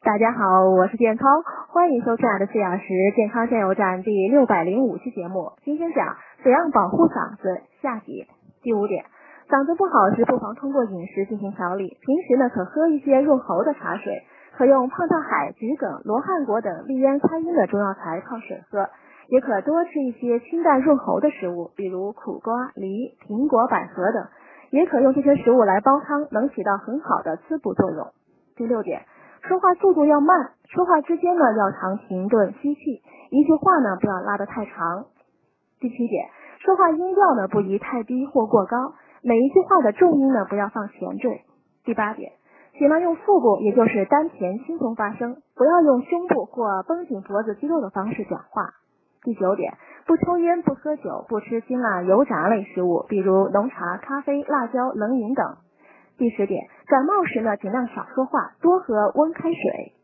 大家好，我是健康，欢迎收听俺的4小时健康加油站第605期节目。今天讲怎样保护嗓子下集。第5点，嗓子不好时不妨通过饮食进行调理。平时呢，可喝一些润喉的茶水，可用胖大海、桔梗、罗汉果等利咽开音的中药材泡水喝，也可多吃一些清淡润喉的食物，比如苦瓜、梨、苹果、百合等，也可用这些食物来煲汤，能起到很好的滋补作用。第6点，说话速度要慢，说话之间呢要常停顿吸气，一句话呢不要拉得太长。第7点，说话音调呢不宜太低或过高，每一句话的重音呢不要放前缀。第8点，尽量用腹部，也就是丹田轻松发声，不要用胸部或绷紧脖子肌肉的方式讲话。第9点，不抽烟、不喝酒、不吃辛辣油炸类食物，比如浓茶、咖啡、辣椒、冷饮等。第10点，感冒时呢尽量少说话，多喝温开水。